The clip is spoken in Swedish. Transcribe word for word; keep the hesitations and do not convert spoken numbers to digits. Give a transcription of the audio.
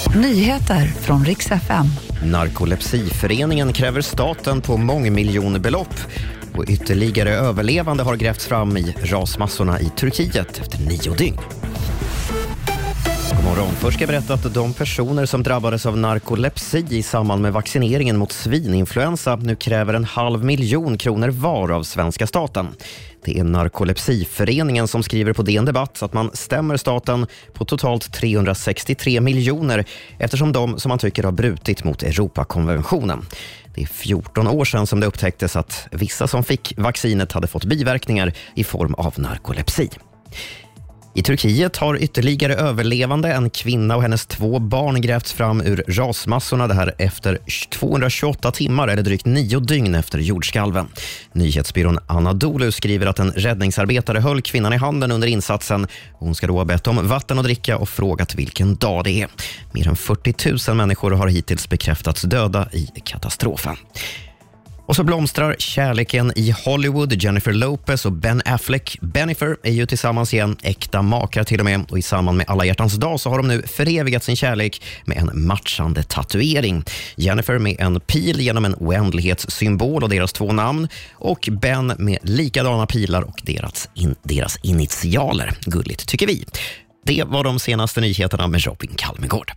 Nyheter från Rix F M. Narkolepsiföreningen kräver staten på mångmiljonbelopp och ytterligare överlevande har grävts fram i rasmassorna i Turkiet efter nio dygn. God morgon. Först ska jag berätta att de personer som drabbades av narkolepsi i samband med vaccineringen mot svininfluensa nu kräver en halv miljon kronor var av svenska staten. Det är Narkolepsiföreningen som skriver på D N Debatt att man stämmer staten på totalt trehundrasextiotre miljoner eftersom de som man tycker har brutit mot Europakonventionen. Det är fjorton år sedan som det upptäcktes att vissa som fick vaccinet hade fått biverkningar i form av narkolepsi. I Turkiet har ytterligare överlevande, en kvinna och hennes två barn, grävts fram ur rasmassorna, det här efter tvåhundratjugoåtta timmar eller drygt nio dygn efter jordskalven. Nyhetsbyrån Anadolu skriver att en räddningsarbetare höll kvinnan i handen under insatsen. Hon ska då ha bett om vatten att dricka och frågat vilken dag det är. Mer än fyrtio tusen människor har hittills bekräftats döda i katastrofen. Och så blomstrar kärleken i Hollywood. Jennifer Lopez och Ben Affleck. Bennifer är ju tillsammans igen, äkta makar till och med. Och i samband med Alla hjärtans dag så har de nu förevigat sin kärlek med en matchande tatuering. Jennifer med en pil genom en oändlighetssymbol och deras två namn. Och Ben med likadana pilar och deras, in, deras initialer. Gulligt tycker vi. Det var de senaste nyheterna med Robin Kalmegård.